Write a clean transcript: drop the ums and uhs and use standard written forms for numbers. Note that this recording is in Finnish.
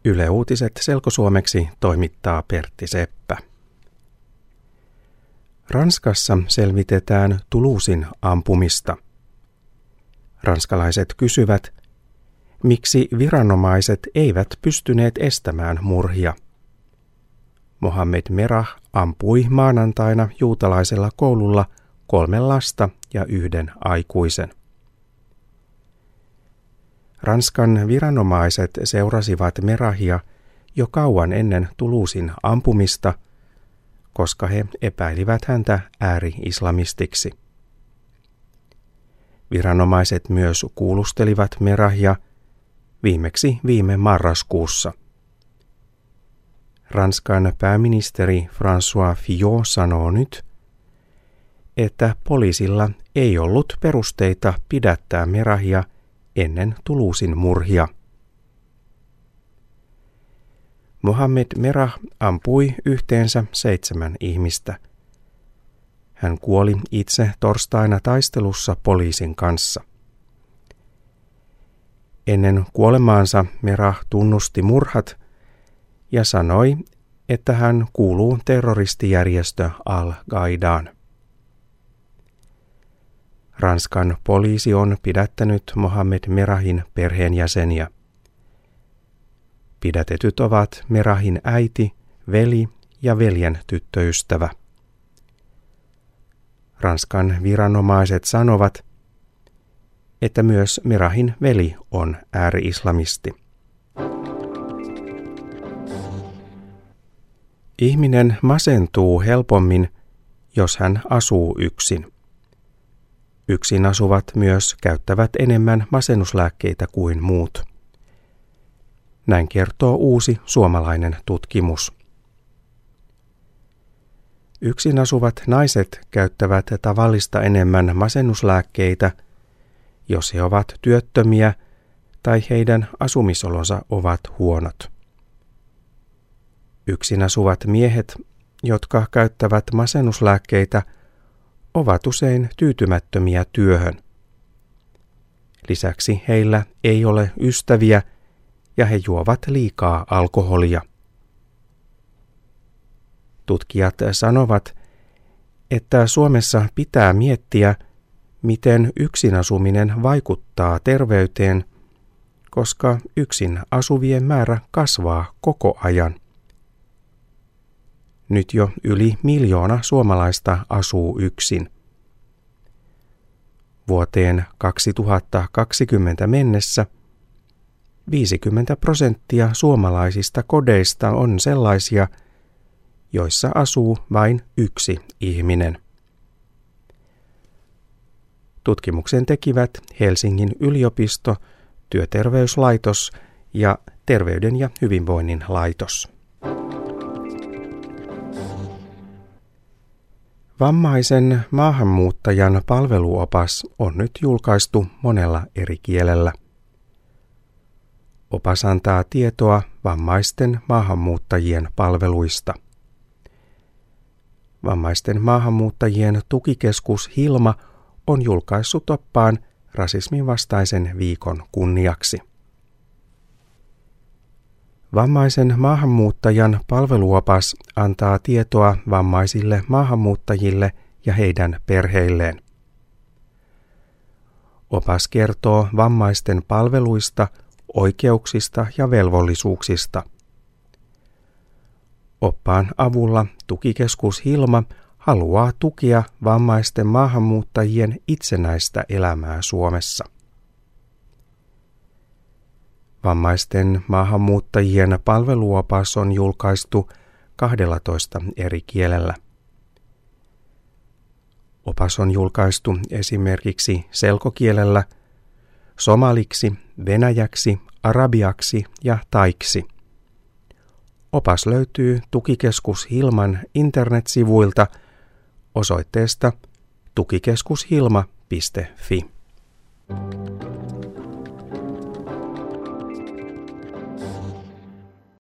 Yle Uutiset selkosuomeksi toimittaa Pertti Seppä. Ranskassa selvitetään Toulousen ampumista. Ranskalaiset kysyvät, miksi viranomaiset eivät pystyneet estämään murhia. Mohamed Merah ampui maanantaina juutalaisella koululla 3 lasta ja 1 aikuisen. Ranskan viranomaiset seurasivat Merahia jo kauan ennen Toulousen ampumista, koska he epäilivät häntä ääri-islamistiksi. Viranomaiset myös kuulustelivat Merahia viimeksi viime marraskuussa. Ranskan pääministeri François Fillon sanoo nyt, että poliisilla ei ollut perusteita pidättää Merahia ennen Toulousen murhia. Mohamed Merah ampui yhteensä 7 ihmistä. Hän kuoli itse torstaina taistelussa poliisin kanssa. Ennen kuolemaansa Merah tunnusti murhat ja sanoi, että hän kuuluu terroristijärjestö Al-Qaidaan. Ranskan poliisi on pidättänyt Mohamed Merahin perheenjäseniä. Pidätetyt ovat Merahin äiti, veli ja veljen tyttöystävä. Ranskan viranomaiset sanovat, että myös Merahin veli on ääri-islamisti. Ihminen masentuu helpommin, jos hän asuu yksin. Yksin asuvat myös käyttävät enemmän masennuslääkkeitä kuin muut. Näin kertoo uusi suomalainen tutkimus. Yksin asuvat naiset käyttävät tavallista enemmän masennuslääkkeitä, jos he ovat työttömiä tai heidän asumisolonsa ovat huonot. Yksin asuvat miehet, jotka käyttävät masennuslääkkeitä, ovat usein tyytymättömiä työhön. Lisäksi heillä ei ole ystäviä ja he juovat liikaa alkoholia. Tutkijat sanovat, että Suomessa pitää miettiä, miten yksin asuminen vaikuttaa terveyteen, koska yksin asuvien määrä kasvaa koko ajan. Nyt jo yli 1 miljoona suomalaista asuu yksin. Vuoteen 2020 mennessä 50% suomalaisista kodeista on sellaisia, joissa asuu vain 1 ihminen. Tutkimuksen tekivät Helsingin yliopisto, Työterveyslaitos ja Terveyden ja hyvinvoinnin laitos. Vammaisen maahanmuuttajan palveluopas on nyt julkaistu monella eri kielellä. Opas antaa tietoa vammaisten maahanmuuttajien palveluista. Vammaisten maahanmuuttajien tukikeskus Hilma on julkaissut oppaan rasismin vastaisen viikon kunniaksi. Vammaisen maahanmuuttajan palveluopas antaa tietoa vammaisille maahanmuuttajille ja heidän perheilleen. Opas kertoo vammaisten palveluista, oikeuksista ja velvollisuuksista. Oppaan avulla tukikeskus Hilma haluaa tukea vammaisten maahanmuuttajien itsenäistä elämää Suomessa. Vammaisten maahanmuuttajien palveluopas on julkaistu 12 eri kielellä. Opas on julkaistu esimerkiksi selkokielellä, somaliksi, venäjäksi, arabiaksi ja taiksi. Opas löytyy tukikeskus Hilman internetsivuilta osoitteesta tukikeskushilma.fi.